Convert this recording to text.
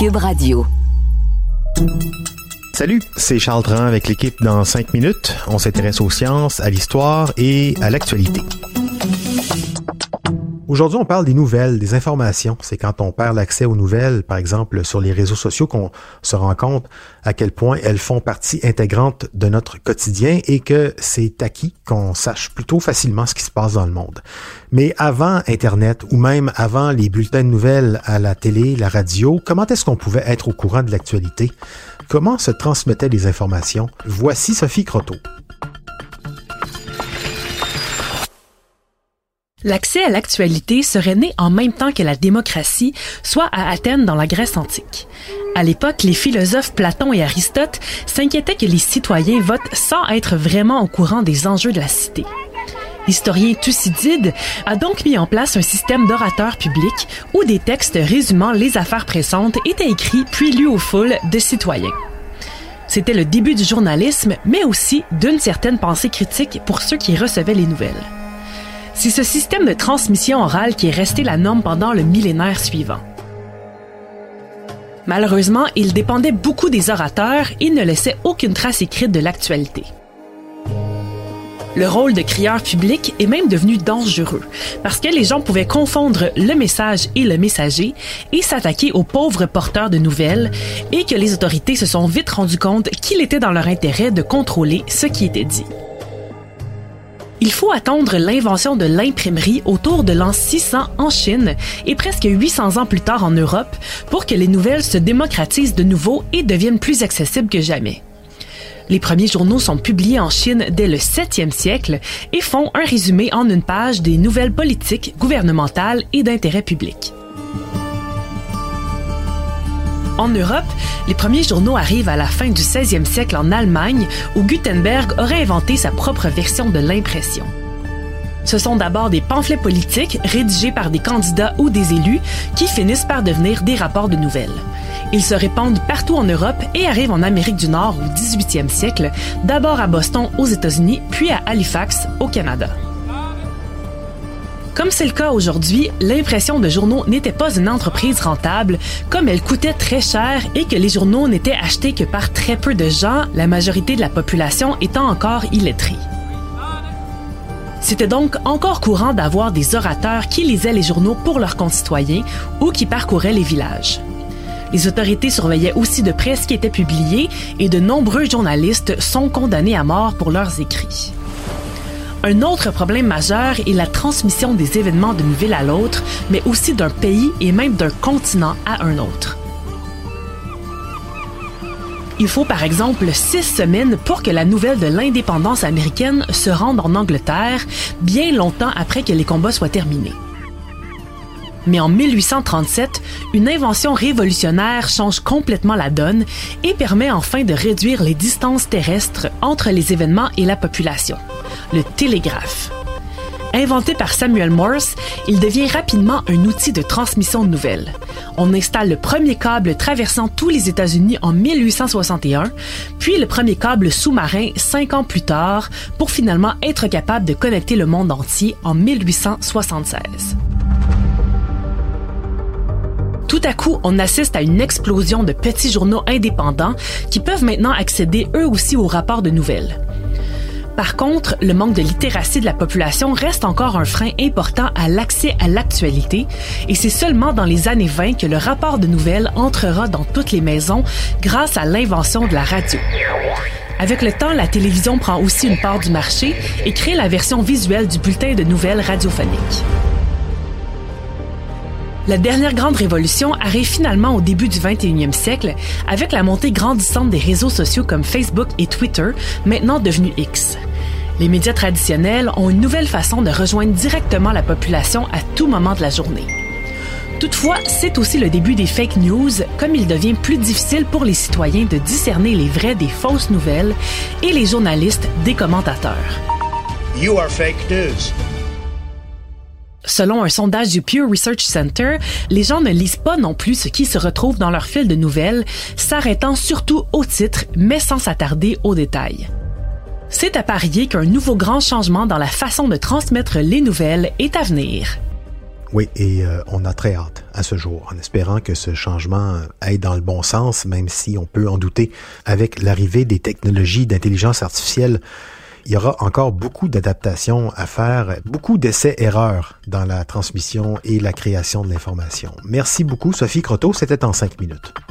Cube Radio. Salut, c'est Charles Dran avec l'équipe dans 5 minutes. On s'intéresse aux sciences, à l'histoire et à l'actualité. Aujourd'hui, on parle des nouvelles, des informations. C'est quand on perd l'accès aux nouvelles, par exemple sur les réseaux sociaux, qu'on se rend compte à quel point elles font partie intégrante de notre quotidien et que c'est acquis qu'on sache plutôt facilement ce qui se passe dans le monde. Mais avant Internet ou même avant les bulletins de nouvelles à la télé, la radio, comment est-ce qu'on pouvait être au courant de l'actualité? Comment se transmettaient les informations? Voici Sophie Croteau. L'accès à l'actualité serait né en même temps que la démocratie, soit à Athènes dans la Grèce antique. À l'époque, les philosophes Platon et Aristote s'inquiétaient que les citoyens votent sans être vraiment au courant des enjeux de la cité. L'historien Thucydide a donc mis en place un système d'orateurs publics où des textes résumant les affaires pressantes étaient écrits puis lus aux foules de citoyens. C'était le début du journalisme, mais aussi d'une certaine pensée critique pour ceux qui recevaient les nouvelles. C'est ce système de transmission orale qui est resté la norme pendant le millénaire suivant. Malheureusement, il dépendait beaucoup des orateurs et ne laissait aucune trace écrite de l'actualité. Le rôle de crieur public est même devenu dangereux, parce que les gens pouvaient confondre le message et le messager et s'attaquer aux pauvres porteurs de nouvelles, et que les autorités se sont vite rendues compte qu'il était dans leur intérêt de contrôler ce qui était dit. Il faut attendre l'invention de l'imprimerie autour de l'an 600 en Chine et presque 800 ans plus tard en Europe pour que les nouvelles se démocratisent de nouveau et deviennent plus accessibles que jamais. Les premiers journaux sont publiés en Chine dès le 7e siècle et font un résumé en une page des nouvelles politiques, gouvernementales et d'intérêt public. En Europe, les premiers journaux arrivent à la fin du 16e siècle en Allemagne, où Gutenberg aurait inventé sa propre version de l'impression. Ce sont d'abord des pamphlets politiques rédigés par des candidats ou des élus qui finissent par devenir des rapports de nouvelles. Ils se répandent partout en Europe et arrivent en Amérique du Nord au 18e siècle, d'abord à Boston aux États-Unis, puis à Halifax au Canada. Comme c'est le cas aujourd'hui, l'impression de journaux n'était pas une entreprise rentable, comme elle coûtait très cher et que les journaux n'étaient achetés que par très peu de gens, la majorité de la population étant encore illettrée. C'était donc encore courant d'avoir des orateurs qui lisaient les journaux pour leurs concitoyens ou qui parcouraient les villages. Les autorités surveillaient aussi de près ce qui était publié et de nombreux journalistes sont condamnés à mort pour leurs écrits. Un autre problème majeur est la transmission des événements d'une ville à l'autre, mais aussi d'un pays et même d'un continent à un autre. Il faut par exemple 6 semaines pour que la nouvelle de l'indépendance américaine se rende en Angleterre, bien longtemps après que les combats soient terminés. Mais en 1837, une invention révolutionnaire change complètement la donne et permet enfin de réduire les distances terrestres entre les événements et la population. Le télégraphe. Inventé par Samuel Morse, il devient rapidement un outil de transmission de nouvelles. On installe le premier câble traversant tous les États-Unis en 1861, puis le premier câble sous-marin 5 ans plus tard, pour finalement être capable de connecter le monde entier en 1876. Tout à coup, on assiste à une explosion de petits journaux indépendants qui peuvent maintenant accéder eux aussi aux rapports de nouvelles. Par contre, le manque de littératie de la population reste encore un frein important à l'accès à l'actualité et c'est seulement dans les années 20 que le rapport de nouvelles entrera dans toutes les maisons grâce à l'invention de la radio. Avec le temps, la télévision prend aussi une part du marché et crée la version visuelle du bulletin de nouvelles radiophonique. La dernière grande révolution arrive finalement au début du 21e siècle avec la montée grandissante des réseaux sociaux comme Facebook et Twitter, maintenant devenus X. Les médias traditionnels ont une nouvelle façon de rejoindre directement la population à tout moment de la journée. Toutefois, c'est aussi le début des fake news, comme il devient plus difficile pour les citoyens de discerner les vraies des fausses nouvelles et les journalistes des commentateurs. You are fake news. Selon un sondage du Pew Research Center, les gens ne lisent pas non plus ce qui se retrouve dans leur fil de nouvelles, s'arrêtant surtout au titre, mais sans s'attarder aux détails. C'est à parier qu'un nouveau grand changement dans la façon de transmettre les nouvelles est à venir. Oui, et on a très hâte à ce jour, en espérant que ce changement aille dans le bon sens, même si on peut en douter. Avec l'arrivée des technologies d'intelligence artificielle, il y aura encore beaucoup d'adaptations à faire, beaucoup d'essais-erreurs dans la transmission et la création de l'information. Merci beaucoup, Sophie Croteau, c'était en 5 minutes.